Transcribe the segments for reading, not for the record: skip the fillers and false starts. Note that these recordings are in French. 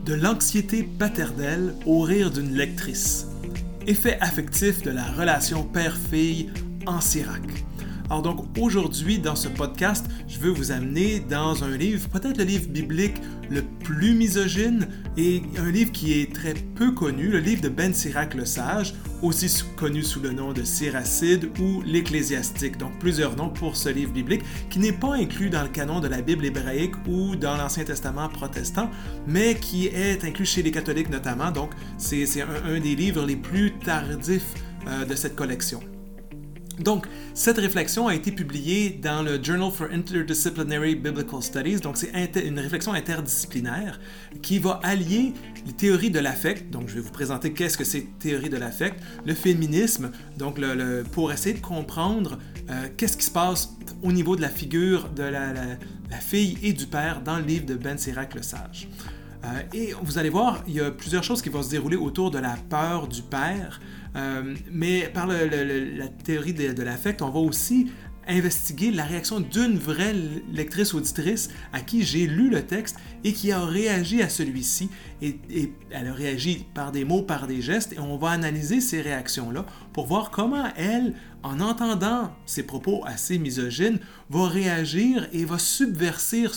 De l'anxiété paternelle au rire d'une lectrice. Effet affectif de la relation père-fille en Sirac. Alors donc aujourd'hui dans ce podcast, je veux vous amener dans un livre, peut-être le livre biblique le plus misogyne et un livre qui est très peu connu, le livre de Ben Sirac le Sage, aussi connu sous le nom de Siracide ou l'Ecclésiastique, donc plusieurs noms pour ce livre biblique qui n'est pas inclus dans le canon de la Bible hébraïque ou dans l'Ancien Testament protestant, mais qui est inclus chez les catholiques notamment, donc c'est un des livres les plus tardifs de cette collection. Donc, cette réflexion a été publiée dans le Journal for Interdisciplinary Biblical Studies, donc c'est une réflexion interdisciplinaire qui va allier les théories de l'affect, donc je vais vous présenter qu'est-ce que c'est théorie de l'affect, le féminisme, donc pour essayer de comprendre qu'est-ce qui se passe au niveau de la figure de la fille et du père dans le livre de Ben Sirac le Sage. Et vous allez voir, il y a plusieurs choses qui vont se dérouler autour de la peur du père, mais par la théorie de l'affect, on va aussi investiguer la réaction d'une vraie lectrice-auditrice à qui j'ai lu le texte et qui a réagi à celui-ci. Et elle a réagi par des mots, par des gestes, et on va analyser ces réactions-là pour voir comment elle, en entendant ces propos assez misogynes, va réagir et va subvertir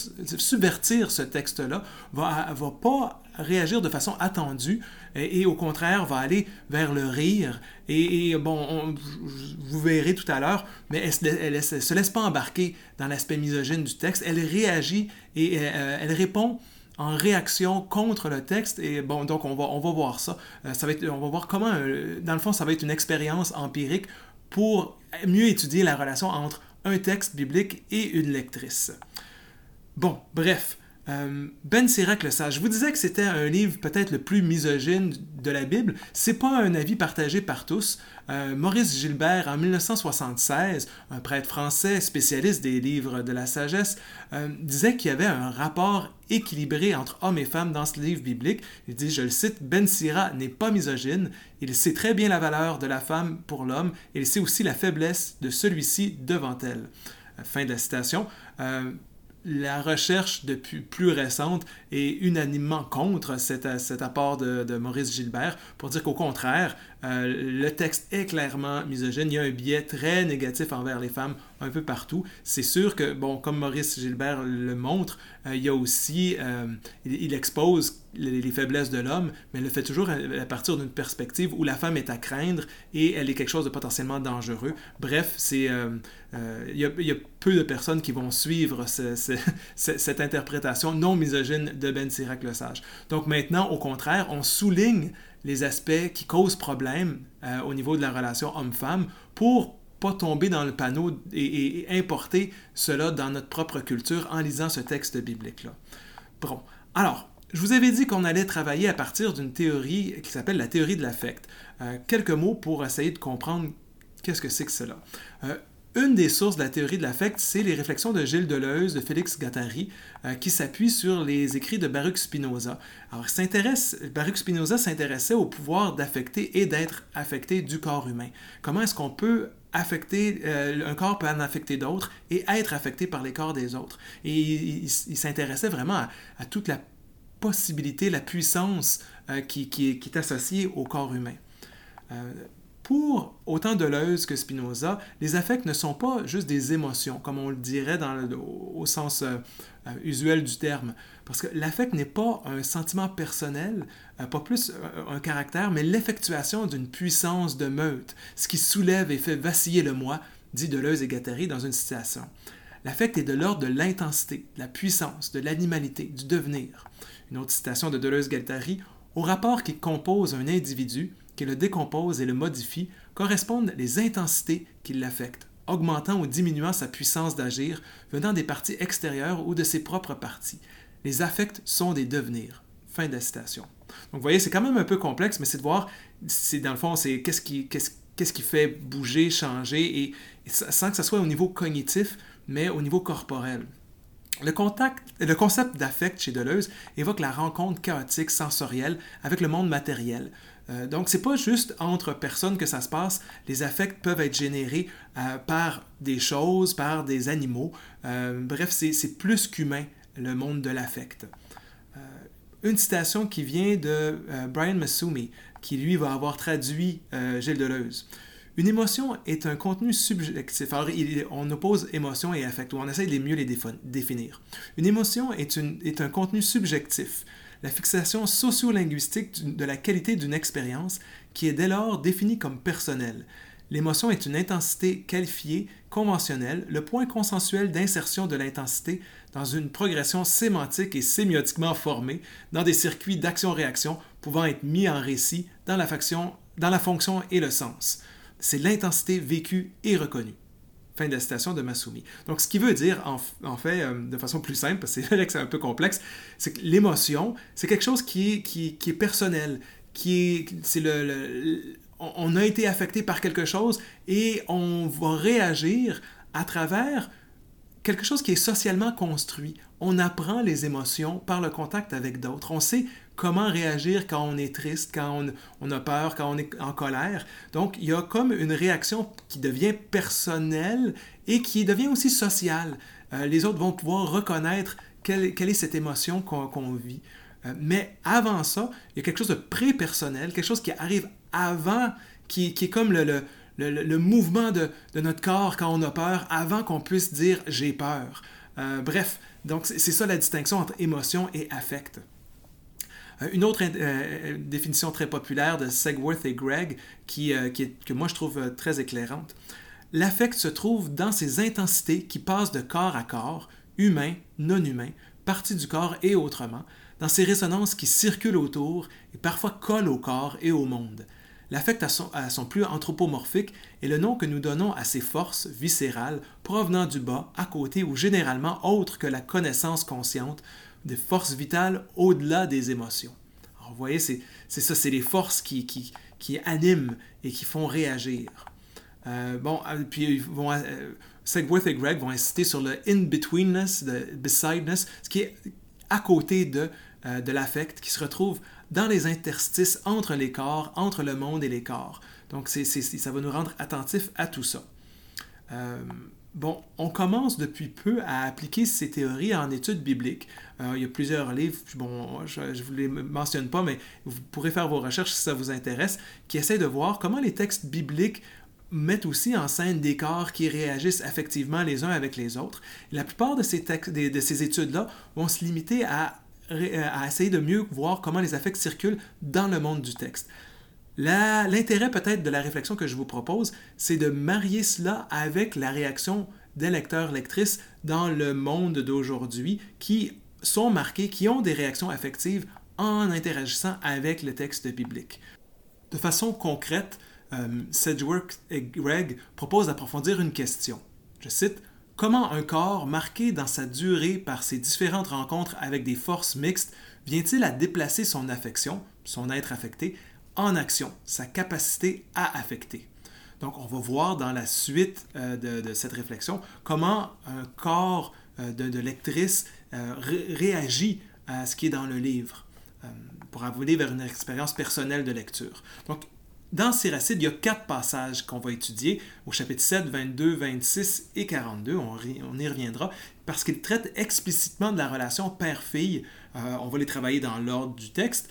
ce texte-là, va pas réagir de façon attendue et au contraire va aller vers le rire et vous verrez tout à l'heure, mais elle se laisse pas embarquer dans l'aspect misogyne du texte, elle réagit et elle répond en réaction contre le texte et bon donc on va voir ça, on va voir comment dans le fond ça va être une expérience empirique pour mieux étudier la relation entre un texte biblique et une lectrice. Bon, bref, Ben Sirac le Sage, je vous disais que c'était un livre peut-être le plus misogyne de la Bible. C'est pas un avis partagé par tous. Maurice Gilbert, en 1976, un prêtre français spécialiste des livres de la sagesse, disait qu'il y avait un rapport équilibré entre hommes et femmes dans ce livre biblique. Il dit, je le cite, Ben Sirac n'est pas misogyne, il sait très bien la valeur de la femme pour l'homme et il sait aussi la faiblesse de celui-ci devant elle. Fin de la citation. La recherche depuis plus récente est unanimement contre cet apport de Maurice Gilbert pour dire qu'au contraire, le texte est clairement misogyne. Il y a un biais très négatif envers les femmes un peu partout. C'est sûr que, bon, comme Maurice Gilbert le montre, il y a aussi, il expose les faiblesses de l'homme, mais il le fait toujours à partir d'une perspective où la femme est à craindre et elle est quelque chose de potentiellement dangereux. Bref, il y a peu de personnes qui vont suivre cette interprétation non misogyne de Ben Sirac le Sage. Donc maintenant, au contraire, on souligne les aspects qui causent problème au niveau de la relation homme-femme pour pas tomber dans le panneau et importer cela dans notre propre culture en lisant ce texte biblique-là. Bon, alors, je vous avais dit qu'on allait travailler à partir d'une théorie qui s'appelle la théorie de l'affect. Quelques mots pour essayer de comprendre qu'est-ce que c'est que cela. Une des sources de la théorie de l'affect, c'est les réflexions de Gilles Deleuze, de Félix Guattari, qui s'appuient sur les écrits de Baruch Spinoza. Alors, Baruch Spinoza s'intéressait au pouvoir d'affecter et d'être affecté du corps humain. Comment est-ce qu'on peut affecter, un corps peut en affecter d'autres et être affecté par les corps des autres. Et il s'intéressait vraiment à toute la possibilité, la puissance qui est associée au corps humain. Pour autant Deleuze que Spinoza, les affects ne sont pas juste des émotions, comme on le dirait au sens usuel du terme. Parce que l'affect n'est pas un sentiment personnel, pas plus un caractère, mais l'effectuation d'une puissance de meute, ce qui soulève et fait vaciller le moi, dit Deleuze et Guattari dans une citation. L'affect est de l'ordre de l'intensité, de la puissance, de l'animalité, du devenir. Une autre citation de Deleuze-Guattari, au rapport qui compose un individu, qui le décompose et le modifie, correspondent les intensités qui l'affectent, augmentant ou diminuant sa puissance d'agir, venant des parties extérieures ou de ses propres parties. Les affects sont des devenirs. Fin de la citation. Donc, vous voyez, c'est quand même un peu complexe, mais c'est de voir, dans le fond, c'est qu'est-ce qui fait bouger, changer, et sans que ce soit au niveau cognitif, mais au niveau corporel. Le concept d'affect chez Deleuze évoque la rencontre chaotique sensorielle avec le monde matériel. Donc, c'est pas juste entre personnes que ça se passe. Les affects peuvent être générés par des choses, par des animaux. Bref, c'est plus qu'humain, le monde de l'affect. une citation qui vient de Brian Massumi, qui lui va avoir traduit Gilles Deleuze. Une émotion est un contenu subjectif. Alors, on oppose émotion et affect, ou on essaie de mieux les définir. Une émotion est un contenu subjectif, la fixation socio-linguistique de la qualité d'une expérience qui est dès lors définie comme personnelle. L'émotion est une intensité qualifiée, conventionnelle, le point consensuel d'insertion de l'intensité dans une progression sémantique et sémiotiquement formée dans des circuits d'action-réaction pouvant être mis en récit dans la fonction et le sens. C'est l'intensité vécue et reconnue. Fin de la citation de Massumi. Donc, ce qui veut dire, en fait, de façon plus simple, parce que c'est vrai que c'est un peu complexe, c'est que l'émotion, c'est quelque chose qui est personnel, on a été affecté par quelque chose et on va réagir à travers quelque chose qui est socialement construit. On apprend les émotions par le contact avec d'autres. On sait comment réagir quand on est triste, quand on a peur, quand on est en colère. Donc, il y a comme une réaction qui devient personnelle et qui devient aussi sociale. Les autres vont pouvoir reconnaître quelle est cette émotion qu'on vit. Mais avant ça, il y a quelque chose de pré-personnel, quelque chose qui arrive avant, qui est comme le mouvement de notre corps quand on a peur, avant qu'on puisse dire « j'ai peur ». Bref, donc c'est ça la distinction entre émotion et affect. Une autre définition très populaire de Segworth et Gregg, que moi je trouve très éclairante. L'affect se trouve dans ces intensités qui passent de corps à corps, humain, non humain, partie du corps et autrement, dans ces résonances qui circulent autour et parfois collent au corps et au monde. L'affect à son plus anthropomorphique est le nom que nous donnons à ces forces viscérales provenant du bas, à côté ou généralement autres que la connaissance consciente des forces vitales au-delà des émotions. Alors, vous voyez, c'est ça, c'est les forces qui animent et qui font réagir. Puis Segworth et Gregg vont insister sur le in-betweenness, de besideness, ce qui est à côté de l'affect, qui se retrouve dans les interstices entre les corps, entre le monde et les corps. Donc, ça va nous rendre attentifs à tout ça. On commence depuis peu à appliquer ces théories en études bibliques. Il y a plusieurs livres, je ne vous les mentionne pas, mais vous pourrez faire vos recherches si ça vous intéresse, qui essaient de voir comment les textes bibliques mettent aussi en scène des corps qui réagissent affectivement les uns avec les autres. La plupart de ces études-là vont se limiter à essayer de mieux voir comment les affects circulent dans le monde du texte. L'intérêt peut-être de la réflexion que je vous propose, c'est de marier cela avec la réaction des lecteurs-lectrices dans le monde d'aujourd'hui qui sont marqués, qui ont des réactions affectives en interagissant avec le texte biblique. De façon concrète, Sedgwick et Gregg proposent d'approfondir une question. Je cite: « Comment un corps marqué dans sa durée par ses différentes rencontres avec des forces mixtes vient-il à déplacer son affection, son être affecté, en action, sa capacité à affecter? » Donc, on va voir dans la suite de cette réflexion comment un corps de lectrice réagit à ce qui est dans le livre pour aller vers une expérience personnelle de lecture. Donc, dans Siracide, il y a 4 passages qu'on va étudier au chapitre 7, 22, 26 et 42. On y reviendra parce qu'ils traitent explicitement de la relation père-fille. On va les travailler dans l'ordre du texte.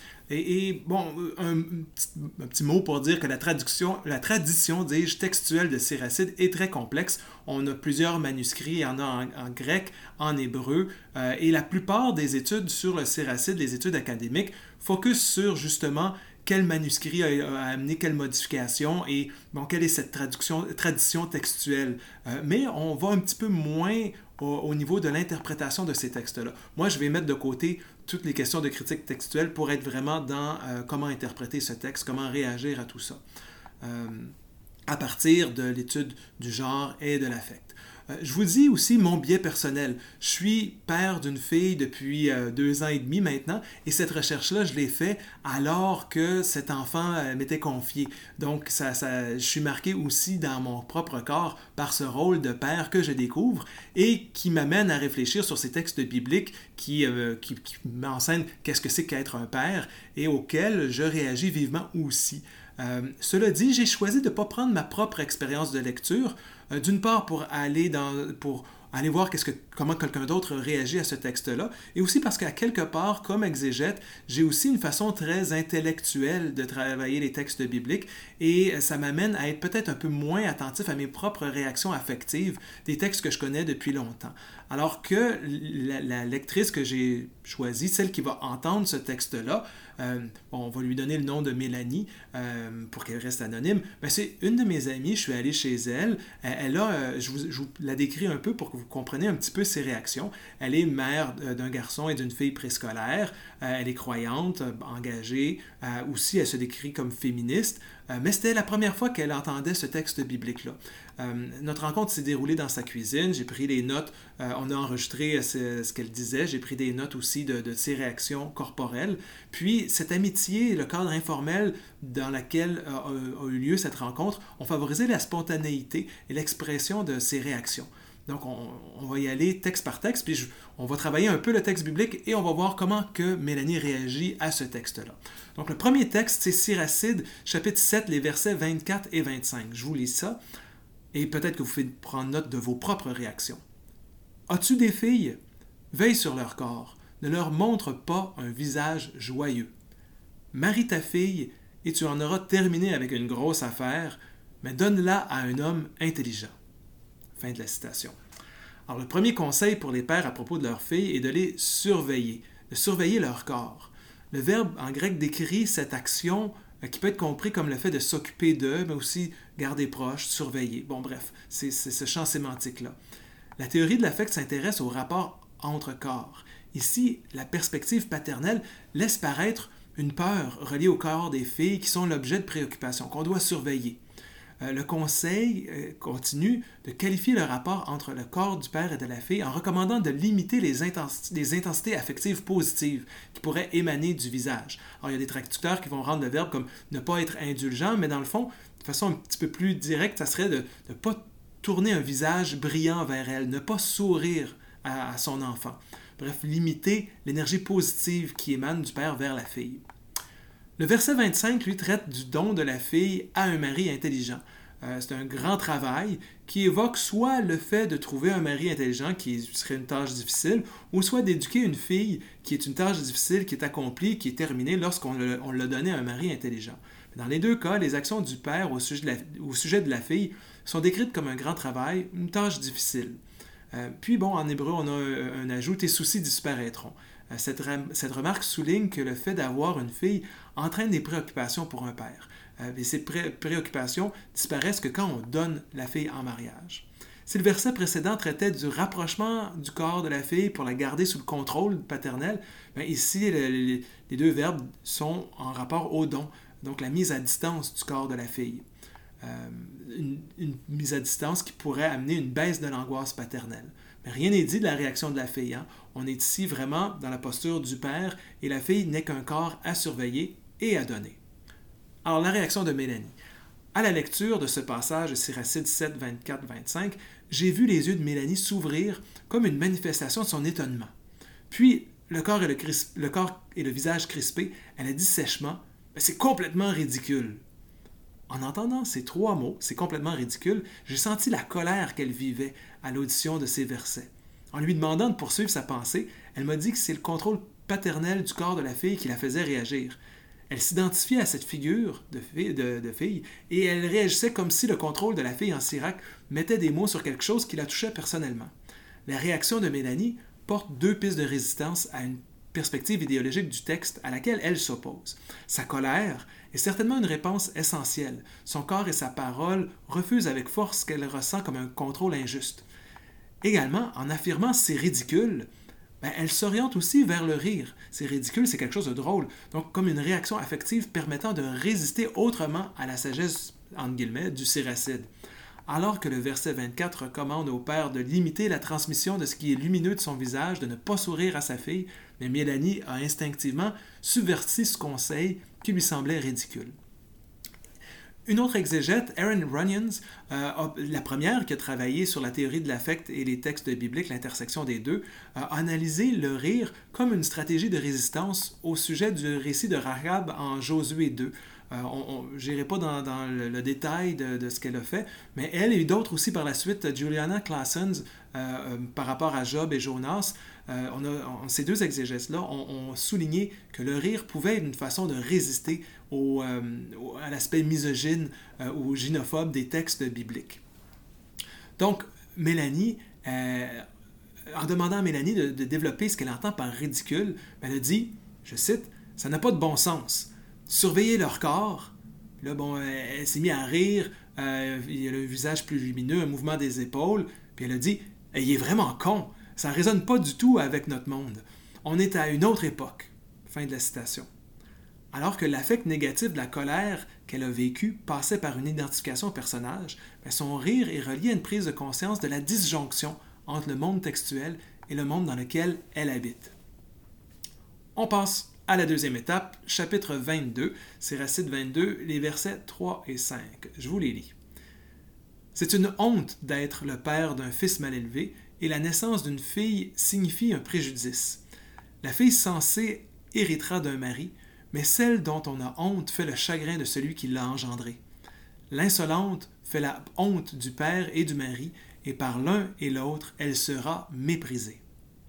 Un petit mot pour dire que la tradition, dis-je, textuelle de Siracide est très complexe. On a plusieurs manuscrits, il y en a en grec, en hébreu, et la plupart des études sur le Siracide, les études académiques, focusent sur justement quel manuscrit a amené quelle modification et quelle est cette tradition textuelle. Mais on va un petit peu moins au niveau de l'interprétation de ces textes-là. Moi, je vais mettre de côté toutes les questions de critique textuelle pour être vraiment dans comment interpréter ce texte, comment réagir à tout ça, à partir de l'étude du genre et de l'affect. Je vous dis aussi mon biais personnel. Je suis père d'une fille depuis 2 ans et demi maintenant et cette recherche-là, je l'ai faite alors que cet enfant m'était confié. Donc, je suis marqué aussi dans mon propre corps par ce rôle de père que je découvre et qui m'amène à réfléchir sur ces textes bibliques qui m'enseignent qu'est-ce que c'est qu'être un père et auxquels je réagis vivement aussi. Cela dit, j'ai choisi de ne pas prendre ma propre expérience de lecture, d'une part pour aller voir comment quelqu'un d'autre réagit à ce texte-là, et aussi parce qu'à quelque part, comme exégète, j'ai aussi une façon très intellectuelle de travailler les textes bibliques, et ça m'amène à être peut-être un peu moins attentif à mes propres réactions affectives des textes que je connais depuis longtemps. Alors que la lectrice que j'ai choisie, celle qui va entendre ce texte-là, on va lui donner le nom de Mélanie pour qu'elle reste anonyme, mais c'est une de mes amies, je suis allé chez elle, je vous la décris un peu pour que vous compreniez un petit peu ses réactions. Elle est mère d'un garçon et d'une fille préscolaire, elle est croyante, engagée, aussi elle se décrit comme féministe, mais c'était la première fois qu'elle entendait ce texte biblique-là. Notre rencontre s'est déroulée dans sa cuisine, j'ai pris les notes, on a enregistré ce qu'elle disait, j'ai pris des notes aussi de ses réactions corporelles, puis cette amitié, le cadre informel dans lequel a eu lieu cette rencontre, ont favorisé la spontanéité et l'expression de ses réactions. Donc, on va y aller texte par texte, puis on va travailler un peu le texte biblique et on va voir comment que Mélanie réagit à ce texte-là. Donc, le premier texte, c'est Siracide, chapitre 7, les versets 24 et 25. Je vous lis ça, et peut-être que vous pouvez prendre note de vos propres réactions. « As-tu des filles? Veille sur leur corps. Ne leur montre pas un visage joyeux. Marie ta fille, et tu en auras terminé avec une grosse affaire, mais donne-la à un homme intelligent. » Fin de la citation. Alors, le premier conseil pour les pères à propos de leurs filles est de les surveiller, de surveiller leur corps. Le verbe en grec décrit cette action qui peut être compris comme le fait de s'occuper d'eux, mais aussi garder proche, surveiller. Bon, bref, c'est ce champ sémantique-là. La théorie de l'affect s'intéresse au rapport entre corps. Ici, la perspective paternelle laisse paraître une peur reliée au corps des filles qui sont l'objet de préoccupation, qu'on doit surveiller. Le conseil continue de qualifier le rapport entre le corps du père et de la fille en recommandant de limiter les intensités affectives positives qui pourraient émaner du visage. Alors, il y a des traducteurs qui vont rendre le verbe comme ne pas être indulgent, mais dans le fond, de façon un petit peu plus directe, ça serait de ne pas tourner un visage brillant vers elle, ne pas sourire à son enfant. Bref, limiter l'énergie positive qui émane du père vers la fille. Le verset 25, lui, traite du don de la fille à un mari intelligent. C'est un grand travail qui évoque soit le fait de trouver un mari intelligent qui serait une tâche difficile, ou soit d'éduquer une fille qui est une tâche difficile, qui est accomplie, qui est terminée lorsqu'on l'a donné à un mari intelligent. Dans les deux cas, les actions du père au sujet de la fille sont décrites comme un grand travail, une tâche difficile. Puis bon, en hébreu, on a un ajout « tes soucis disparaîtront ». Cette remarque souligne que le fait d'avoir une fille entraîne des préoccupations pour un père. Et ces préoccupations disparaissent que quand on donne la fille en mariage. Si le verset précédent traitait du rapprochement du corps de la fille pour la garder sous le contrôle paternel, bien ici, les deux verbes sont en rapport au don, donc la mise à distance du corps de la fille. Une mise à distance qui pourrait amener une baisse de l'angoisse paternelle. Mais rien n'est dit de la réaction de la fille. Hein? On est ici vraiment dans la posture du père et la fille n'est qu'un corps à surveiller et à donner. Alors, la réaction de Mélanie. À la lecture de ce passage de Siracide 7, 24-25, j'ai vu les yeux de Mélanie s'ouvrir comme une manifestation de son étonnement. Puis, le corps et le visage crispés, elle a dit sèchement « C'est complètement ridicule ». En entendant ces trois mots, c'est complètement ridicule, j'ai senti la colère qu'elle vivait à l'audition de ces versets. En lui demandant de poursuivre sa pensée, elle m'a dit que c'est le contrôle paternel du corps de la fille qui la faisait réagir. Elle s'identifiait à cette figure de fille et elle réagissait comme si le contrôle de la fille en Sirac mettait des mots sur quelque chose qui la touchait personnellement. La réaction de Mélanie porte deux pistes de résistance à une perspective idéologique du texte à laquelle elle s'oppose. Sa colère est certainement une réponse essentielle. Son corps et sa parole refusent avec force ce qu'elle ressent comme un contrôle injuste. Également, en affirmant « c'est ridicule », elle s'oriente aussi vers le rire. C'est ridicule, c'est quelque chose de drôle. Donc, comme une réaction affective permettant de résister autrement à la sagesse, entre guillemets, du Siracide. Alors que le verset 24 recommande au père de limiter la transmission de ce qui est lumineux de son visage, de ne pas sourire à sa fille, mais Mélanie a instinctivement subverti ce conseil qui lui semblait ridicule. Une autre exégète, Erin Runyons, la première qui a travaillé sur la théorie de l'affect et les textes bibliques, l'intersection des deux, a analysé le rire comme une stratégie de résistance au sujet du récit de Rahab en Josué 2. Je n'irai pas dans le détail de ce qu'elle a fait, mais elle et d'autres aussi par la suite, Juliana Claessens, par rapport à Job et Jonas, ces deux exégèses-là ont souligné que le rire pouvait être une façon de résister à l'aspect misogyne ou gynophobe des textes bibliques. Donc, Mélanie, en demandant à Mélanie de développer ce qu'elle entend par ridicule, elle a dit, je cite, « Ça n'a pas de bon sens. Surveiller leur corps. » Là, bon, elle s'est mise à rire, il a le visage plus lumineux, un mouvement des épaules, puis elle a dit, « Il est vraiment con. Ça ne résonne pas du tout avec notre monde. On est à une autre époque. » Fin de la citation. Alors que l'affect négatif de la colère qu'elle a vécue passait par une identification au personnage, son rire est relié à une prise de conscience de la disjonction entre le monde textuel et le monde dans lequel elle habite. On passe à la deuxième étape, chapitre 22, Siracide 22, les versets 3 et 5. Je vous les lis. « C'est une honte d'être le père d'un fils mal élevé, et la naissance d'une fille signifie un préjudice. La fille censée héritera d'un mari, mais celle dont on a honte fait le chagrin de celui qui l'a engendrée. L'insolente fait la honte du père et du mari, et par l'un et l'autre, elle sera méprisée. »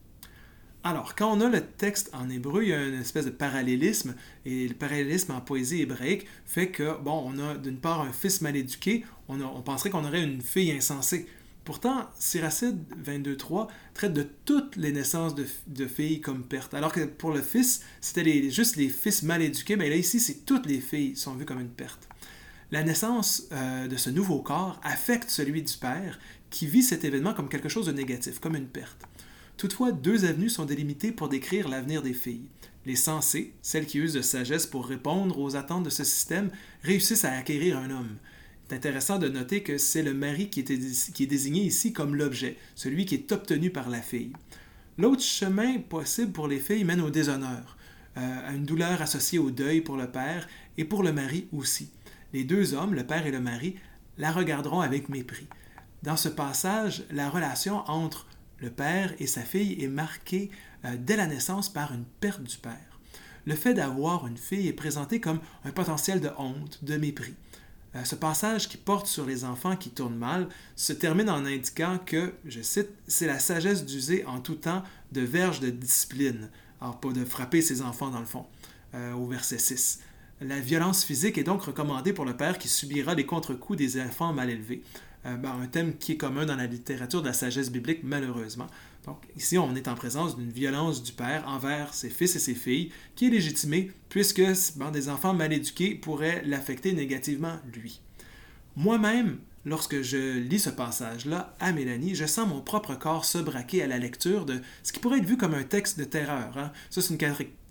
Alors, quand on a le texte en hébreu, il y a une espèce de parallélisme, et le parallélisme en poésie hébraïque fait que, bon, on a d'une part un fils mal éduqué, on penserait qu'on aurait une fille insensée. Pourtant, Siracide 22.3 traite de toutes les naissances de filles comme perte, alors que pour le fils, c'était juste les fils mal éduqués, mais là ici, c'est toutes les filles sont vues comme une perte. La naissance de ce nouveau corps affecte celui du père, qui vit cet événement comme quelque chose de négatif, comme une perte. Toutefois, deux avenues sont délimitées pour décrire l'avenir des filles. Les sensées, celles qui usent de sagesse pour répondre aux attentes de ce système, réussissent à acquérir un homme. C'est intéressant de noter que c'est le mari qui est désigné ici comme l'objet, celui qui est obtenu par la fille. L'autre chemin possible pour les filles mène au déshonneur, à une douleur associée au deuil pour le père et pour le mari aussi. Les deux hommes, le père et le mari, la regarderont avec mépris. Dans ce passage, la relation entre le père et sa fille est marquée dès la naissance par une perte du père. Le fait d'avoir une fille est présenté comme un potentiel de honte, de mépris. Ce passage qui porte sur les enfants qui tournent mal se termine en indiquant que, je cite, « c'est la sagesse d'user en tout temps de verge de discipline », alors pas de frapper ses enfants dans le fond, au verset 6. La violence physique est donc recommandée pour le père qui subira les contre-coups des enfants mal élevés. Un thème qui est commun dans la littérature de la sagesse biblique, malheureusement. Donc, ici, on est en présence d'une violence du père envers ses fils et ses filles, qui est légitimée, puisque des enfants mal éduqués pourraient l'affecter négativement, lui. Moi-même, lorsque je lis ce passage-là à Mélanie, je sens mon propre corps se braquer à la lecture de ce qui pourrait être vu comme un texte de terreur. Hein? Ça, c'est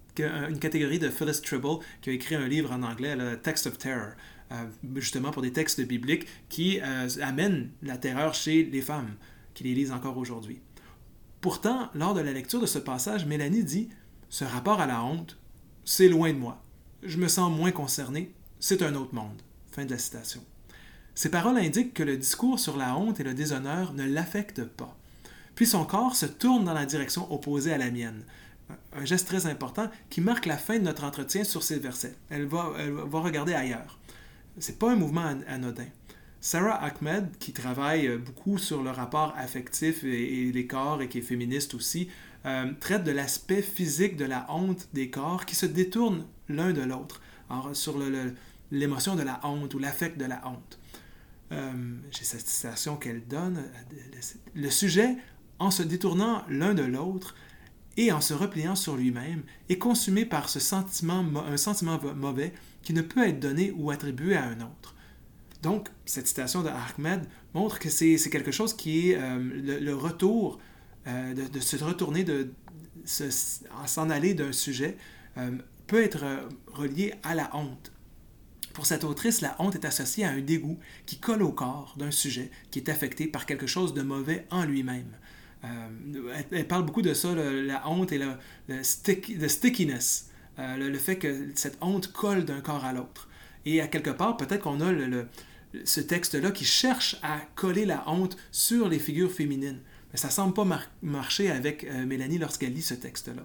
une catégorie de Phyllis Tribble, qui a écrit un livre en anglais, le Text of Terror. Justement pour des textes bibliques qui amènent la terreur chez les femmes qui les lisent encore aujourd'hui. Pourtant, lors de la lecture de ce passage, Mélanie dit « Ce rapport à la honte, c'est loin de moi. Je me sens moins concerné. C'est un autre monde. » Fin de la citation. Ces paroles indiquent que le discours sur la honte et le déshonneur ne l'affectent pas. Puis son corps se tourne dans la direction opposée à la mienne. Un geste très important qui marque la fin de notre entretien sur ces versets. Elle va regarder ailleurs. C'est pas un mouvement anodin. Sarah Ahmed, qui travaille beaucoup sur le rapport affectif et les corps et qui est féministe aussi, traite de l'aspect physique de la honte des corps qui se détournent l'un de l'autre. Alors, sur l'émotion de la honte ou l'affect de la honte. J'ai cette citation qu'elle donne. Le sujet, en se détournant l'un de l'autre et en se repliant sur lui-même, est consumé par un sentiment mauvais qui ne peut être donné ou attribué à un autre. Donc, cette citation de Ahmed montre que c'est quelque chose qui est le retour, de se retourner, s'en aller d'un sujet, peut être relié à la honte. Pour cette autrice, la honte est associée à un dégoût qui colle au corps d'un sujet qui est affecté par quelque chose de mauvais en lui-même. Elle parle beaucoup de ça, la honte et le stickiness, le fait que cette honte colle d'un corps à l'autre. Et à quelque part, peut-être qu'on a ce texte-là qui cherche à coller la honte sur les figures féminines. Mais ça ne semble pas marcher avec Mélanie lorsqu'elle lit ce texte-là.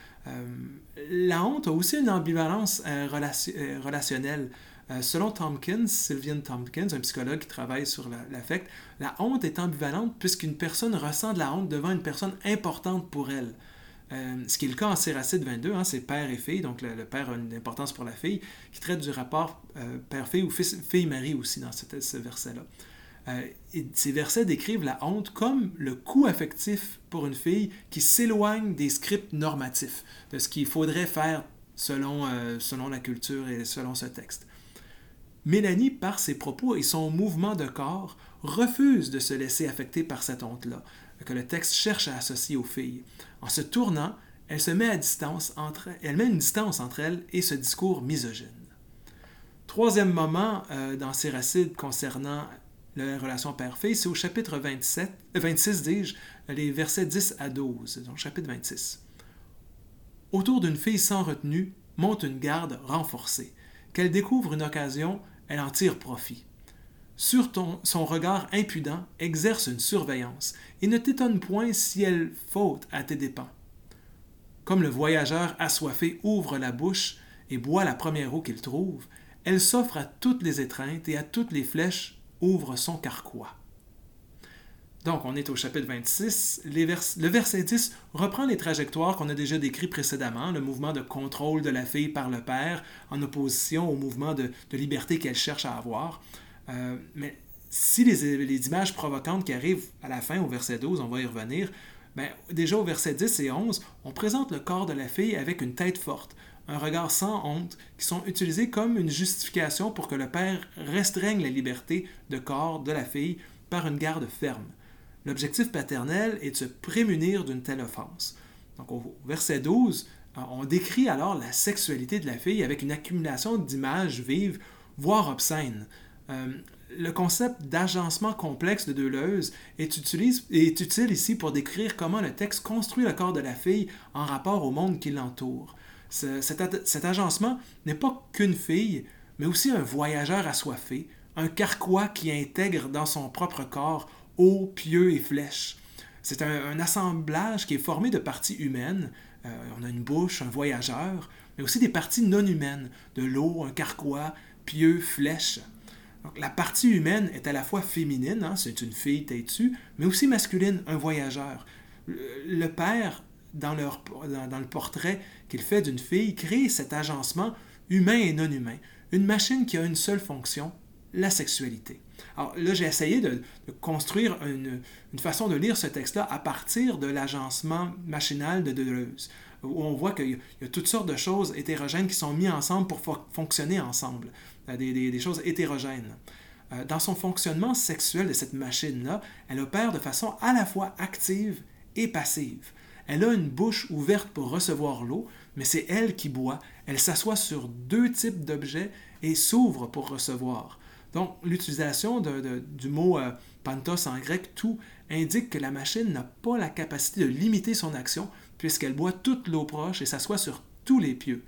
La honte a aussi une ambivalence relationnelle. Selon Sylvian Tompkins, un psychologue qui travaille sur l'affect, la honte est ambivalente puisqu'une personne ressent de la honte devant une personne importante pour elle. Ce qui est le cas en Siracide 22, c'est père et fille, donc le père a une importance pour la fille, qui traite du rapport père-fille ou fille-mari aussi dans ce verset-là. Et ces versets décrivent la honte comme le coût affectif pour une fille qui s'éloigne des scripts normatifs, de ce qu'il faudrait faire selon la culture et selon ce texte. Mélanie, par ses propos et son mouvement de corps, refuse de se laisser affecter par cette honte-là, que le texte cherche à associer aux filles. En se tournant, elle met une distance entre elle et ce discours misogyne. Troisième moment dans Siracide concernant la relation père-fille, c'est au chapitre 26, les versets 10 à 12, donc chapitre 26. Autour d'une fille sans retenue monte une garde renforcée. Qu'elle découvre une occasion, elle en tire profit. Sur son regard impudent exerce une surveillance, et ne t'étonne point si elle faute à tes dépens. Comme le voyageur assoiffé ouvre la bouche et boit la première eau qu'il trouve, elle s'offre à toutes les étreintes et à toutes les flèches ouvre son carquois. Donc, on est au chapitre 26. Le verset 10 reprend les trajectoires qu'on a déjà décrites précédemment, le mouvement de contrôle de la fille par le père, en opposition au mouvement de liberté qu'elle cherche à avoir. Mais si les images provocantes qui arrivent à la fin, au verset 12, on va y revenir, déjà au verset 10 et 11, on présente le corps de la fille avec une tête forte, un regard sans honte, qui sont utilisés comme une justification pour que le père restreigne la liberté de corps de la fille par une garde ferme. L'objectif paternel est de se prémunir d'une telle offense. Donc au verset 12, on décrit alors la sexualité de la fille avec une accumulation d'images vives, voire obscènes. Le concept d'agencement complexe de Deleuze est utile ici pour décrire comment le texte construit le corps de la fille en rapport au monde qui l'entoure. Cet agencement n'est pas qu'une fille, mais aussi un voyageur assoiffé, un carquois qui intègre dans son propre corps eau, pieux et flèches. C'est un assemblage qui est formé de parties humaines. On a une bouche, un voyageur, mais aussi des parties non humaines, de l'eau, un carquois, pieux, flèches. Donc, la partie humaine est à la fois féminine, c'est une fille têtue, mais aussi masculine, un voyageur. Le père, dans le portrait qu'il fait d'une fille, crée cet agencement humain et non humain, une machine qui a une seule fonction, la sexualité. Alors là, j'ai essayé de construire une façon de lire ce texte-là à partir de l'agencement machinal de Deleuze, où on voit qu'il y a toutes sortes de choses hétérogènes qui sont mises ensemble pour fonctionner ensemble, des choses hétérogènes. Dans son fonctionnement sexuel de cette machine-là, elle opère de façon à la fois active et passive. Elle a une bouche ouverte pour recevoir l'eau, mais c'est elle qui boit. Elle s'assoit sur deux types d'objets et s'ouvre pour recevoir. Donc, l'utilisation du mot pantos en grec, tout, indique que la machine n'a pas la capacité de limiter son action puisqu'elle boit toute l'eau proche et s'assoit sur tous les pieux.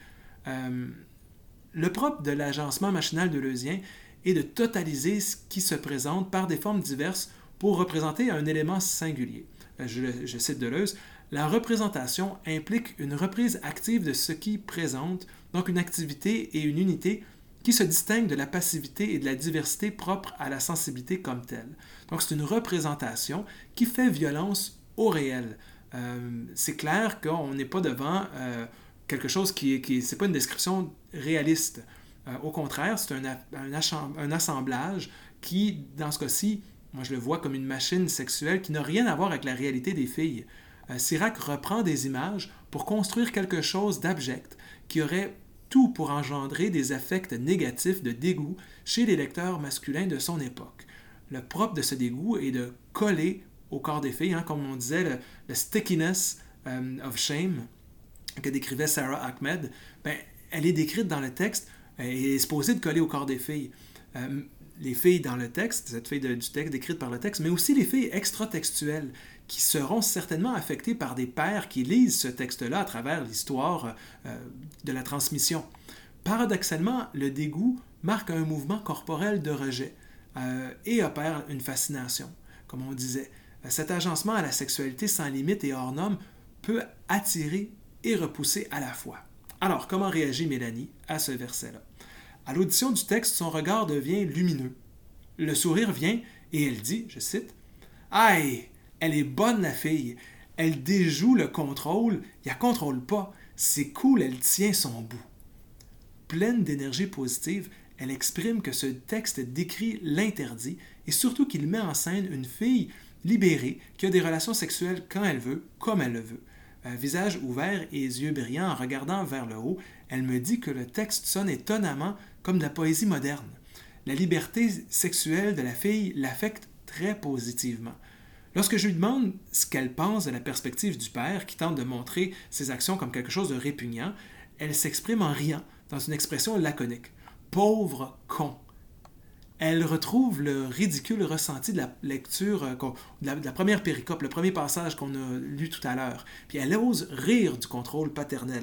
Le propre de l'agencement machinal deleuzien est de totaliser ce qui se présente par des formes diverses pour représenter un élément singulier. Je cite Deleuze, « La représentation implique une reprise active de ce qui présente, donc une activité et une unité qui se distinguent de la passivité et de la diversité propre à la sensibilité comme telle. » Donc c'est une représentation qui fait violence au réel. C'est clair qu'on n'est pas devant quelque chose c'est pas une description réaliste. Au contraire, c'est un assemblage qui, dans ce cas-ci, moi je le vois comme une machine sexuelle qui n'a rien à voir avec la réalité des filles. Sirac reprend des images pour construire quelque chose d'abject qui aurait tout pour engendrer des affects négatifs de dégoût chez les lecteurs masculins de son époque. Le propre de ce dégoût est de coller au corps des filles, comme on disait, le stickiness of shame que décrivait Sarah Ahmed, elle est décrite dans le texte et est supposée de coller au corps des filles. Les filles dans le texte, cette fille du texte décrite par le texte, mais aussi les filles extratextuelles qui seront certainement affectées par des pères qui lisent ce texte-là à travers l'histoire de la transmission. Paradoxalement, le dégoût marque un mouvement corporel de rejet et opère une fascination. Comme on disait, cet agencement à la sexualité sans limite et hors norme peut attirer et repousser à la fois. Alors, comment réagit Mélanie à ce verset-là? À l'audition du texte, son regard devient lumineux. Le sourire vient et elle dit, je cite, « Aïe, elle est bonne la fille, elle déjoue le contrôle, il la contrôle pas, c'est cool, elle tient son bout. » Pleine d'énergie positive, elle exprime que ce texte décrit l'interdit et surtout qu'il met en scène une fille libérée qui a des relations sexuelles quand elle veut, comme elle le veut. Visage ouvert et yeux brillants en regardant vers le haut, elle me dit que le texte sonne étonnamment comme de la poésie moderne. La liberté sexuelle de la fille l'affecte très positivement. Lorsque je lui demande ce qu'elle pense de la perspective du père qui tente de montrer ses actions comme quelque chose de répugnant, elle s'exprime en riant dans une expression laconique. « Pauvre con ». Elle retrouve le ridicule ressenti de la lecture, de la première péricope, le premier passage qu'on a lu tout à l'heure, puis elle ose rire du contrôle paternel.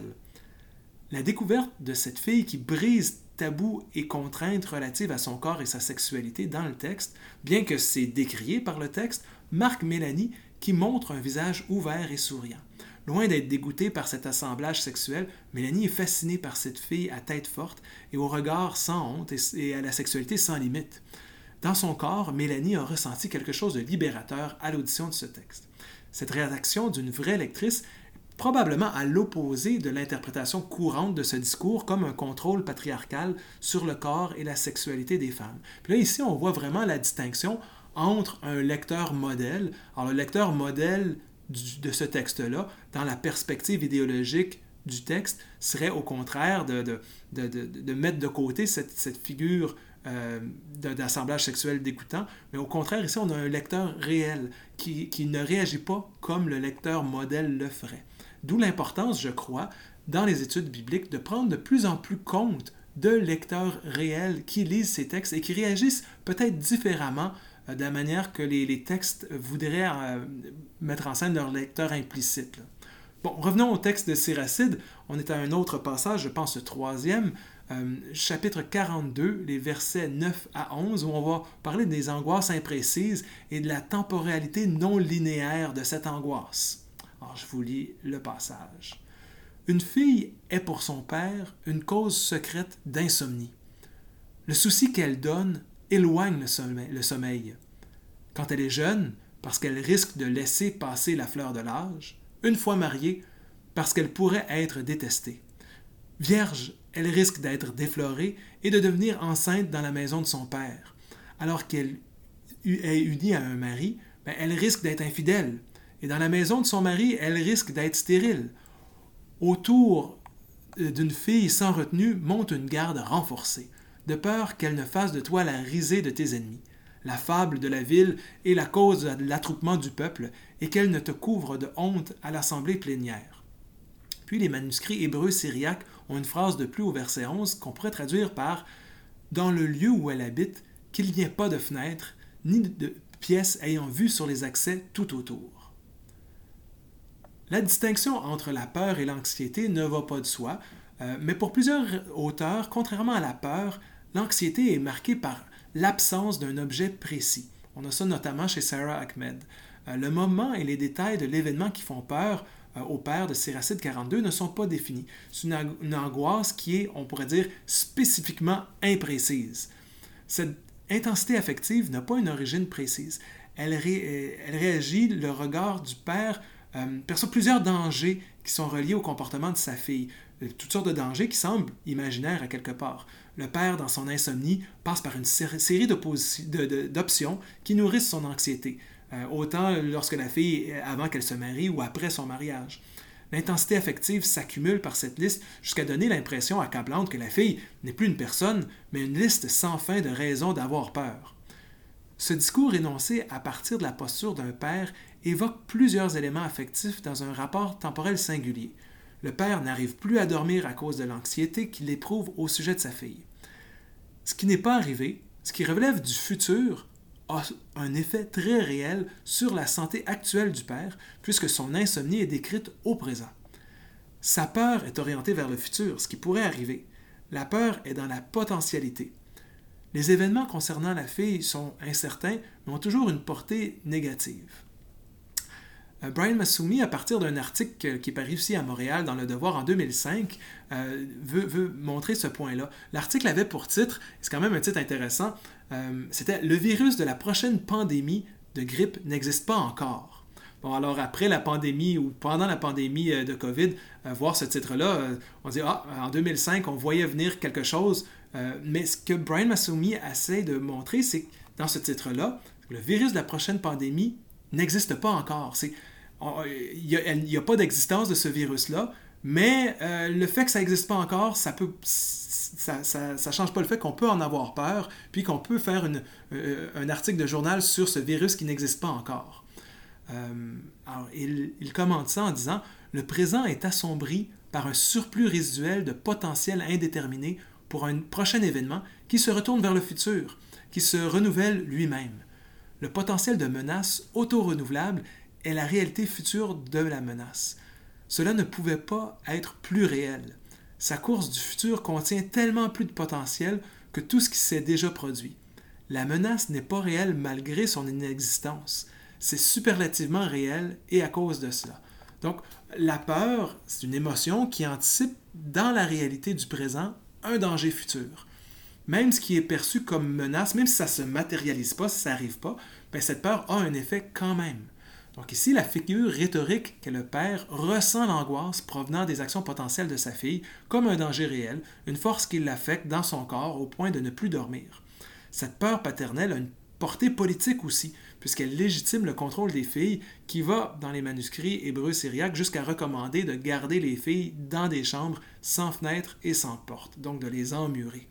La découverte de cette fille qui brise tabous et contraintes relatives à son corps et sa sexualité dans le texte, bien que c'est décrié par le texte, marque Mélanie qui montre un visage ouvert et souriant. Loin d'être dégoûtée par cet assemblage sexuel, Mélanie est fascinée par cette fille à tête forte et au regard sans honte et à la sexualité sans limite. Dans son corps, Mélanie a ressenti quelque chose de libérateur à l'audition de ce texte. Cette réaction d'une vraie lectrice est probablement à l'opposé de l'interprétation courante de ce discours comme un contrôle patriarcal sur le corps et la sexualité des femmes. Puis là, ici, on voit vraiment la distinction entre un lecteur modèle. Alors, le lecteur modèle de ce texte-là, dans la perspective idéologique du texte, serait au contraire de mettre de côté cette figure d'assemblage sexuel dégoûtant, mais au contraire, ici, on a un lecteur réel qui ne réagit pas comme le lecteur modèle le ferait. D'où l'importance, je crois, dans les études bibliques, de prendre de plus en plus compte de lecteurs réels qui lisent ces textes et qui réagissent peut-être différemment de la manière que les textes voudraient mettre en scène leur lecteur implicite. Bon, revenons au texte de Siracide. On est à un autre passage, je pense le troisième, chapitre 42, les versets 9 à 11, où on va parler des angoisses imprécises et de la temporalité non linéaire de cette angoisse. Alors, je vous lis le passage. « Une fille est pour son père une cause secrète d'insomnie. Le souci qu'elle donne éloigne le sommeil. Quand elle est jeune, parce qu'elle risque de laisser passer la fleur de l'âge, une fois mariée, parce qu'elle pourrait être détestée. Vierge, elle risque d'être déflorée et de devenir enceinte dans la maison de son père. Alors qu'elle est unie à un mari, elle risque d'être infidèle. Et dans la maison de son mari, elle risque d'être stérile. Autour d'une fille sans retenue monte une garde renforcée, de peur qu'elle ne fasse de toi la risée de tes ennemis. La fable de la ville est la cause de l'attroupement du peuple, et qu'elle ne te couvre de honte à l'assemblée plénière. » Puis les manuscrits hébreux syriaques ont une phrase de plus au verset 11 qu'on pourrait traduire par « Dans le lieu où elle habite, qu'il n'y ait pas de fenêtre, ni de pièces ayant vue sur les accès tout autour. » La distinction entre la peur et l'anxiété ne va pas de soi, mais pour plusieurs auteurs, contrairement à la peur, l'anxiété est marquée par l'absence d'un objet précis. On a ça notamment chez Sarah Ahmed. Le moment et les détails de l'événement qui font peur au père de Siracide 42 ne sont pas définis. C'est une angoisse qui est, on pourrait dire, spécifiquement imprécise. Cette intensité affective n'a pas une origine précise. Elle réagit, le regard du père perçoit plusieurs dangers qui sont reliés au comportement de sa fille. Toutes sortes de dangers qui semblent imaginaires à quelque part. Le père, dans son insomnie, passe par une série d'options qui nourrissent son anxiété, autant lorsque la fille, avant qu'elle se marie ou après son mariage. L'intensité affective s'accumule par cette liste jusqu'à donner l'impression accablante que la fille n'est plus une personne, mais une liste sans fin de raisons d'avoir peur. Ce discours énoncé à partir de la posture d'un père évoque plusieurs éléments affectifs dans un rapport temporel singulier. Le père n'arrive plus à dormir à cause de l'anxiété qu'il éprouve au sujet de sa fille. Ce qui n'est pas arrivé, ce qui relève du futur, a un effet très réel sur la santé actuelle du père, puisque son insomnie est décrite au présent. Sa peur est orientée vers le futur, ce qui pourrait arriver, La peur est dans la potentialité. Les événements concernant la fille sont incertains, mais ont toujours une portée négative. Brian Massumi, à partir d'un article qui est paru ici à Montréal dans Le Devoir en 2005, veut montrer ce point-là. L'article avait pour titre, c'est quand même un titre intéressant, c'était « Le virus de la prochaine pandémie de grippe n'existe pas encore ». Bon, alors après la pandémie ou pendant la pandémie de COVID, voir ce titre-là, on dit « Ah, en 2005, on voyait venir quelque chose ». Mais ce que Brian Massumi essaie de montrer, c'est que dans ce titre-là, le virus de la prochaine pandémie n'existe pas encore. Il n'y a pas d'existence de ce virus-là, mais le fait que ça n'existe pas encore, ça change pas le fait qu'on peut en avoir peur, puis qu'on peut faire un article de journal sur ce virus qui n'existe pas encore. Alors, il commente ça en disant « Le présent est assombri par un surplus résiduel de potentiel indéterminé pour un prochain événement qui se retourne vers le futur, qui se renouvelle lui-même. Le potentiel de menace auto-renouvelable est la réalité future de la menace. Cela ne pouvait pas être plus réel. Sa course du futur contient tellement plus de potentiel que tout ce qui s'est déjà produit. La menace n'est pas réelle malgré son inexistence. C'est superlativement réel et à cause de cela. » Donc, la peur, c'est une émotion qui anticipe dans la réalité du présent un danger futur. Même ce qui est perçu comme menace, même si ça ne se matérialise pas, si ça n'arrive pas, bien, cette peur a un effet quand même. Donc ici, la figure rhétorique qu'est le père ressent l'angoisse provenant des actions potentielles de sa fille comme un danger réel, une force qui l'affecte dans son corps au point de ne plus dormir. Cette peur paternelle a une portée politique aussi, puisqu'elle légitime le contrôle des filles, qui va, dans les manuscrits hébreux-syriaques, jusqu'à recommander de garder les filles dans des chambres sans fenêtres et sans porte, donc de les emmurer.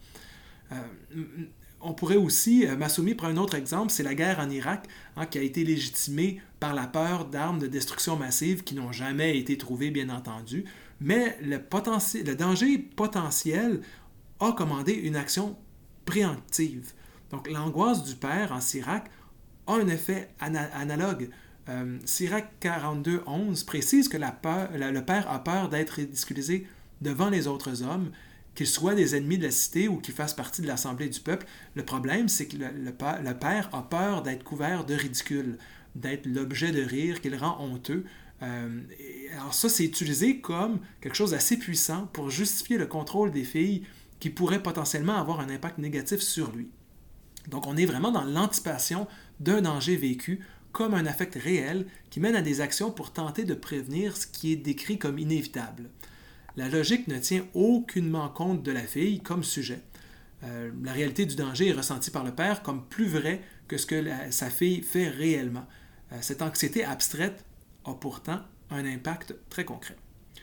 On pourrait aussi, Massumi prend un autre exemple, c'est la guerre en Irak, qui a été légitimée par la peur d'armes de destruction massive qui n'ont jamais été trouvées, bien entendu, mais le danger potentiel a commandé une action préemptive. Donc l'angoisse du père en Sirach a un effet analogue. Sirach 42.11 précise que le père a peur d'être ridiculisé devant les autres hommes, qu'ils soient des ennemis de la cité ou qu'ils fassent partie de l'assemblée du peuple. Le problème, c'est que le père a peur d'être couvert de ridicule, d'être l'objet de rire qu'il rend honteux. Alors ça, c'est utilisé comme quelque chose d'assez puissant pour justifier le contrôle des filles qui pourrait potentiellement avoir un impact négatif sur lui. Donc on est vraiment dans l'anticipation d'un danger vécu comme un affect réel qui mène à des actions pour tenter de prévenir ce qui est décrit comme inévitable. La logique ne tient aucunement compte de la fille comme sujet. La réalité du danger est ressentie par le père comme plus vraie que ce que sa fille fait réellement. Cette anxiété abstraite a pourtant un impact très concret.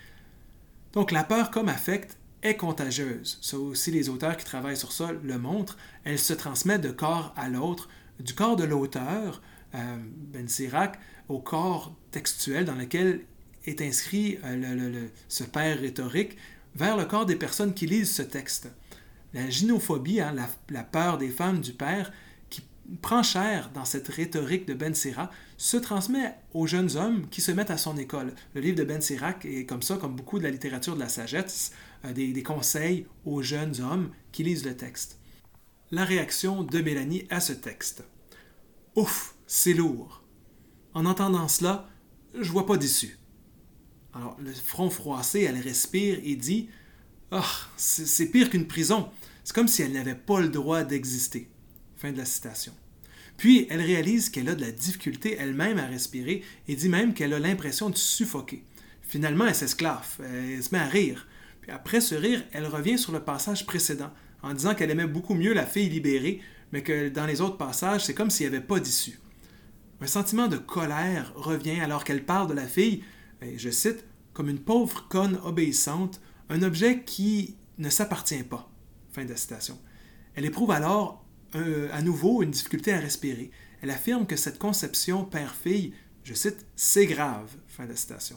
Donc la peur comme affect est contagieuse. Ça aussi, les auteurs qui travaillent sur ça le montrent. Elle se transmet de corps à l'autre, du corps de l'auteur, Ben Sirach, au corps textuel dans lequel est inscrit ce père rhétorique, vers le corps des personnes qui lisent ce texte. La gynophobie, la peur des femmes du père, qui prend chair dans cette rhétorique de Ben Sirach, se transmet aux jeunes hommes qui se mettent à son école. Le livre de Ben Sirach est comme ça, comme beaucoup de la littérature de la sagesse, des conseils aux jeunes hommes qui lisent le texte. La réaction de Mélanie à ce texte. « Ouf, c'est lourd. En entendant cela, je vois pas d'issue. » Alors, le front froissé, elle respire et dit « Ah, c'est pire qu'une prison. C'est comme si elle n'avait pas le droit d'exister. » Fin de la citation. Puis, elle réalise qu'elle a de la difficulté elle-même à respirer et dit même qu'elle a l'impression de suffoquer. Finalement, elle s'esclaffe, elle se met à rire. Puis après ce rire, elle revient sur le passage précédent en disant qu'elle aimait beaucoup mieux la fille libérée, mais que dans les autres passages, c'est comme s'il n'y avait pas d'issue. Un sentiment de colère revient alors qu'elle parle de la fille, et je cite, comme une pauvre conne obéissante, un objet qui ne s'appartient pas. Fin de la citation. Elle éprouve alors à nouveau une difficulté à respirer. Elle affirme que cette conception père-fille, je cite, c'est grave. Fin de la citation.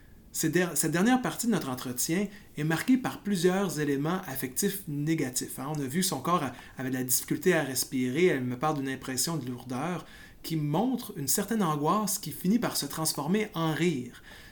Cette dernière partie de notre entretien est marquée par plusieurs éléments affectifs négatifs. On a vu son corps avait de la difficulté à respirer, elle me parle d'une impression de lourdeur qui montre une certaine angoisse qui finit par se transformer en rire.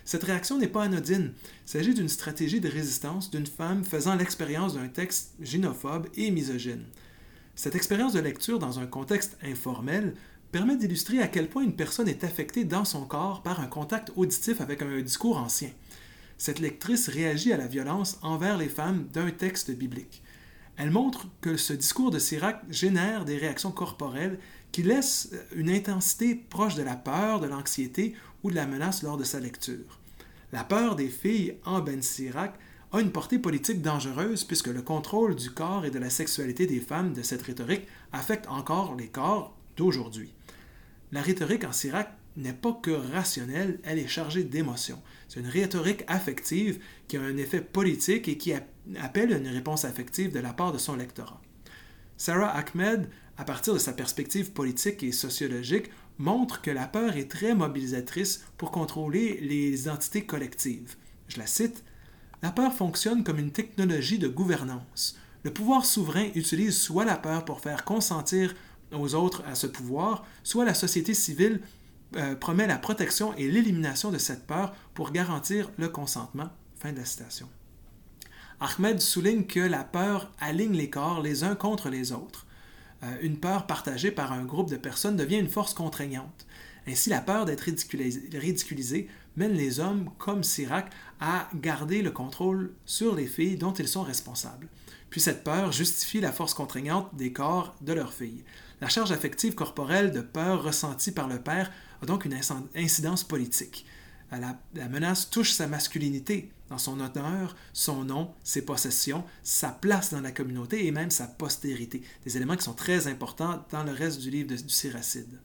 Cette réaction n'est pas anodine. Il s'agit d'une stratégie de résistance d'une femme faisant l'expérience d'un texte gynophobe et misogyne. Cette expérience de lecture dans un contexte informel permet d'illustrer à quel point une personne est affectée dans son corps par un contact auditif avec un discours ancien. Cette lectrice réagit à la violence envers les femmes d'un texte biblique. Elle montre que ce discours de Sirach génère des réactions corporelles qui laissent une intensité proche de la peur, de l'anxiété ou de la menace lors de sa lecture. La peur des filles en Ben Sirach a une portée politique dangereuse puisque le contrôle du corps et de la sexualité des femmes de cette rhétorique affecte encore les corps d'aujourd'hui. La rhétorique en Sirach n'est pas que rationnelle, elle est chargée d'émotions. C'est une rhétorique affective qui a un effet politique et qui appelle une réponse affective de la part de son lectorat. Sarah Ahmed, à partir de sa perspective politique et sociologique, montre que la peur est très mobilisatrice pour contrôler les identités collectives. Je la cite, « La peur fonctionne comme une technologie de gouvernance. Le pouvoir souverain utilise soit la peur pour faire consentir aux autres à ce pouvoir, soit la société civile promet la protection et l'élimination de cette peur pour garantir le consentement. » Fin de la citation. Ahmed souligne que la peur aligne les corps les uns contre les autres. Une peur partagée par un groupe de personnes devient une force contraignante. Ainsi, la peur d'être ridiculisé mène les hommes, comme Sirach, à garder le contrôle sur les filles dont ils sont responsables. Puis cette peur justifie la force contraignante des corps de leurs filles. La charge affective corporelle de peur ressentie par le père a donc une incidence politique. La menace touche sa masculinité, dans son honneur, son nom, ses possessions, sa place dans la communauté et même sa postérité, des éléments qui sont très importants dans le reste du livre du Siracide.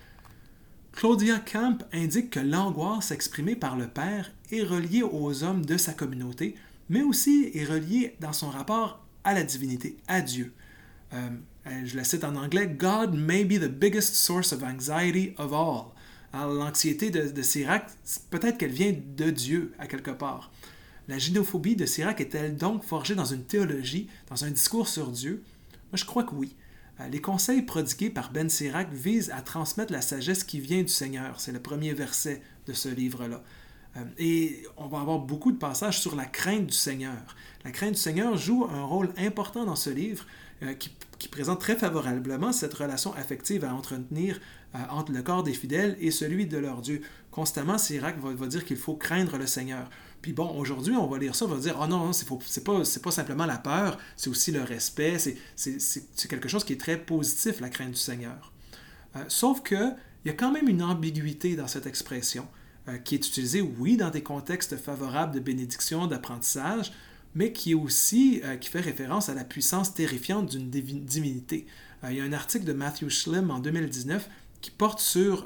Claudia Camp indique que l'angoisse exprimée par le père est reliée aux hommes de sa communauté, mais aussi est reliée dans son rapport à la divinité, à Dieu. Je la cite en anglais, « God may be the biggest source of anxiety of all ». Alors, l'anxiété de Sirach, peut-être qu'elle vient de Dieu, à quelque part. La gynophobie de Sirach est-elle donc forgée dans une théologie, dans un discours sur Dieu? Moi, je crois que oui. Les conseils prodigués par Ben Sirach visent à transmettre la sagesse qui vient du Seigneur. C'est le premier verset de ce livre-là. Et on va avoir beaucoup de passages sur la crainte du Seigneur. La crainte du Seigneur joue un rôle important dans ce livre qui présente très favorablement cette relation affective à entretenir entre le corps des fidèles et celui de leur Dieu. Constamment, Sirach va dire qu'il faut craindre le Seigneur. Puis bon, aujourd'hui, on va lire ça, on va dire « Oh non, c'est pas simplement la peur, c'est aussi le respect, c'est quelque chose qui est très positif, la crainte du Seigneur. » Sauf qu'il y a quand même une ambiguïté dans cette expression qui est utilisée, oui, dans des contextes favorables de bénédiction, d'apprentissage, mais qui est aussi qui fait référence à la puissance terrifiante d'une divinité. Il y a un article de Matthew Schlimm en 2019 qui porte sur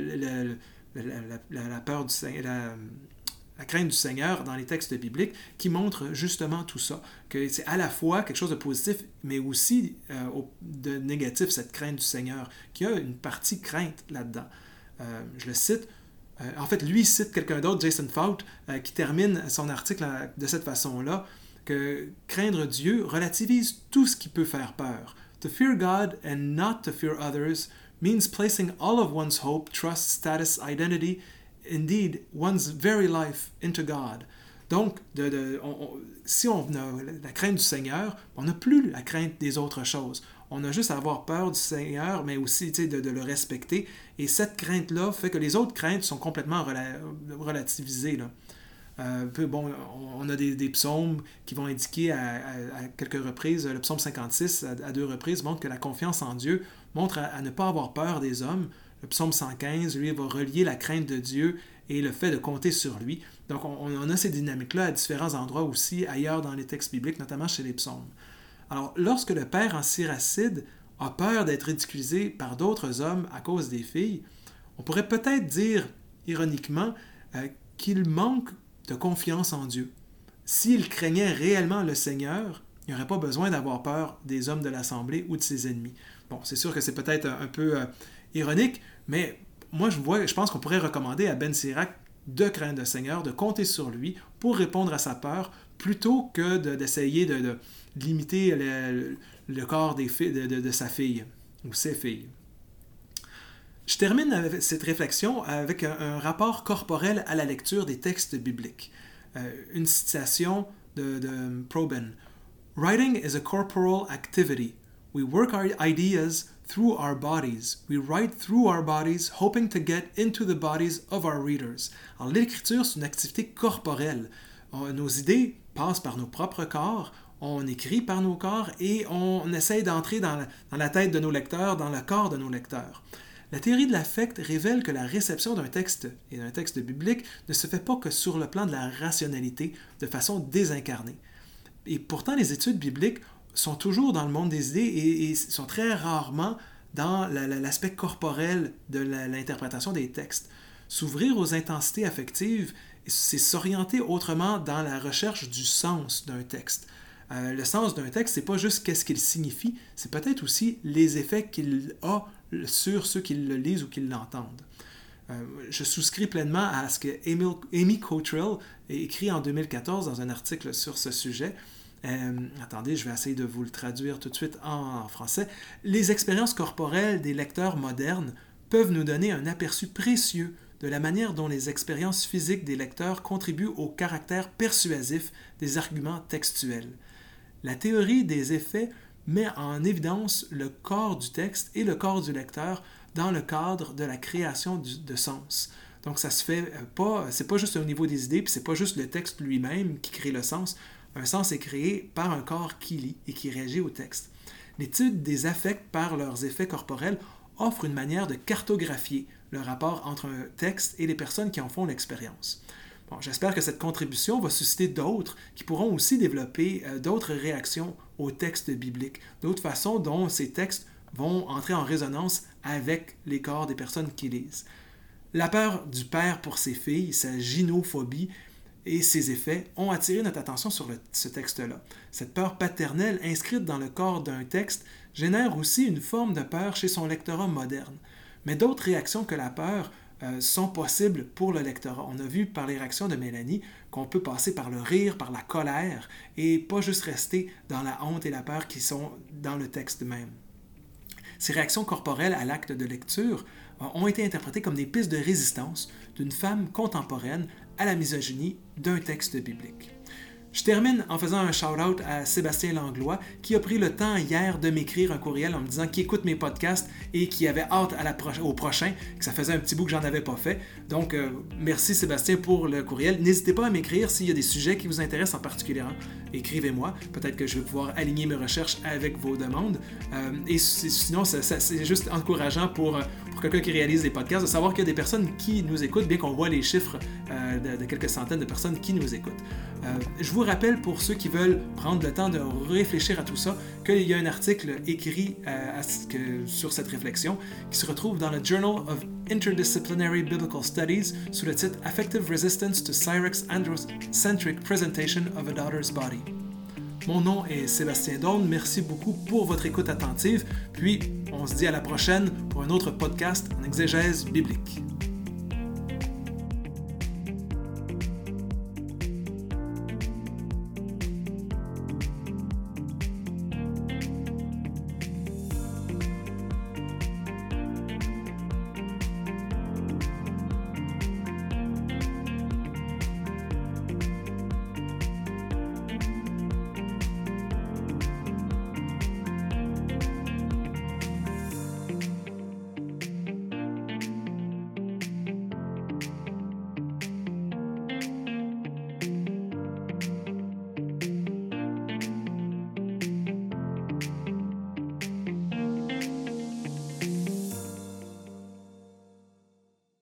la peur du Seigneur, la crainte du Seigneur dans les textes bibliques, qui montre justement tout ça, que c'est à la fois quelque chose de positif, mais aussi de négatif, cette crainte du Seigneur, qui a une partie crainte là-dedans. Je le cite. En fait, lui cite quelqu'un d'autre, Jason Fout, qui termine son article de cette façon-là, que craindre Dieu relativise tout ce qui peut faire peur. To fear God and not to fear others means placing all of one's hope, trust, status, identity, indeed, one's very life into God. Donc, si on a la crainte du Seigneur, on n'a plus la crainte des autres choses. On a juste à avoir peur du Seigneur, mais aussi de le respecter. Et cette crainte-là fait que les autres craintes sont complètement relativisées. Là. On a des psaumes qui vont indiquer à quelques reprises, le psaume 56 à 2 reprises montre que la confiance en Dieu montre à ne pas avoir peur des hommes. Le psaume 115, lui, va relier la crainte de Dieu et le fait de compter sur lui. Donc, on a ces dynamiques-là à différents endroits aussi, ailleurs dans les textes bibliques, notamment chez les psaumes. Alors, lorsque le père en Siracide a peur d'être ridiculisé par d'autres hommes à cause des filles, on pourrait peut-être dire, ironiquement, qu'il manque de confiance en Dieu. S'il craignait réellement le Seigneur, il n'y aurait pas besoin d'avoir peur des hommes de l'Assemblée ou de ses ennemis. Bon, c'est sûr que c'est peut-être un peu ironique, mais moi, je pense qu'on pourrait recommander à Ben Sirach de craindre le Seigneur, de compter sur lui pour répondre à sa peur, plutôt que d'essayer de limiter le corps de sa fille ou ses filles. Je termine avec cette réflexion avec un rapport corporel à la lecture des textes bibliques. Une citation de Proben. Writing is a corporal activity. We work our ideas through our bodies. We write through our bodies, hoping to get into the bodies of our readers. Alors, l'écriture, c'est une activité corporelle. Nos idées passent par nos propres corps, on écrit par nos corps et on essaye d'entrer dans la tête de nos lecteurs, dans le corps de nos lecteurs. La théorie de l'affect révèle que la réception d'un texte et d'un texte biblique ne se fait pas que sur le plan de la rationalité, de façon désincarnée. Et pourtant, les études bibliques sont toujours dans le monde des idées et sont très rarement dans l'aspect corporel de l'interprétation des textes. S'ouvrir aux intensités affectives, c'est s'orienter autrement dans la recherche du sens d'un texte. Le sens d'un texte, c'est pas juste qu'est-ce qu'il signifie, c'est peut-être aussi les effets qu'il a sur ceux qui le lisent ou qui l'entendent. Je souscris pleinement à ce que Amy Cottrell a écrit en 2014 dans un article sur ce sujet. Attendez, je vais essayer de vous le traduire tout de suite en français. Les expériences corporelles des lecteurs modernes peuvent nous donner un aperçu précieux de la manière dont les expériences physiques des lecteurs contribuent au caractère persuasif des arguments textuels. La théorie des effets met en évidence le corps du texte et le corps du lecteur dans le cadre de la création de sens. Donc ça se fait pas, c'est pas juste au niveau des idées, puis c'est pas juste le texte lui-même qui crée le sens. Un sens est créé par un corps qui lit et qui réagit au texte. L'étude des affects par leurs effets corporels offre une manière de cartographier le rapport entre un texte et les personnes qui en font l'expérience. Bon, j'espère que cette contribution va susciter d'autres qui pourront aussi développer d'autres réactions aux textes bibliques, d'autres façons dont ces textes vont entrer en résonance avec les corps des personnes qui lisent. La peur du père pour ses filles, sa gynophobie et ses effets ont attiré notre attention sur ce texte-là. Cette peur paternelle inscrite dans le corps d'un texte génère aussi une forme de peur chez son lectorat moderne. Mais d'autres réactions que la peur sont possibles pour le lectorat. On a vu par les réactions de Mélanie qu'on peut passer par le rire, par la colère, et pas juste rester dans la honte et la peur qui sont dans le texte même. Ces réactions corporelles à l'acte de lecture ont été interprétées comme des pistes de résistance d'une femme contemporaine à la misogynie d'un texte biblique. Je termine en faisant un shout-out à Sébastien Langlois qui a pris le temps hier de m'écrire un courriel en me disant qu'il écoute mes podcasts et qu'il avait hâte au prochain, que ça faisait un petit bout que j'en avais pas fait. Donc, merci Sébastien pour le courriel. N'hésitez pas à m'écrire s'il y a des sujets qui vous intéressent en particulier. Écrivez-moi. Peut-être que je vais pouvoir aligner mes recherches avec vos demandes. Et sinon, c'est juste encourageant pour quelqu'un qui réalise des podcasts de savoir qu'il y a des personnes qui nous écoutent, bien qu'on voit les chiffres de quelques centaines de personnes qui nous écoutent. Je vous rappelle, pour ceux qui veulent prendre le temps de réfléchir à tout ça, qu'il y a un article écrit sur cette réflexion qui se retrouve dans le Journal of Interdisciplinary Biblical Studies sous le titre « Affective Resistance to Cyrex's Androcentric Presentation of a Daughter's Body ». Mon nom est Sébastien Daune, merci beaucoup pour votre écoute attentive, puis on se dit à la prochaine pour un autre podcast en exégèse biblique.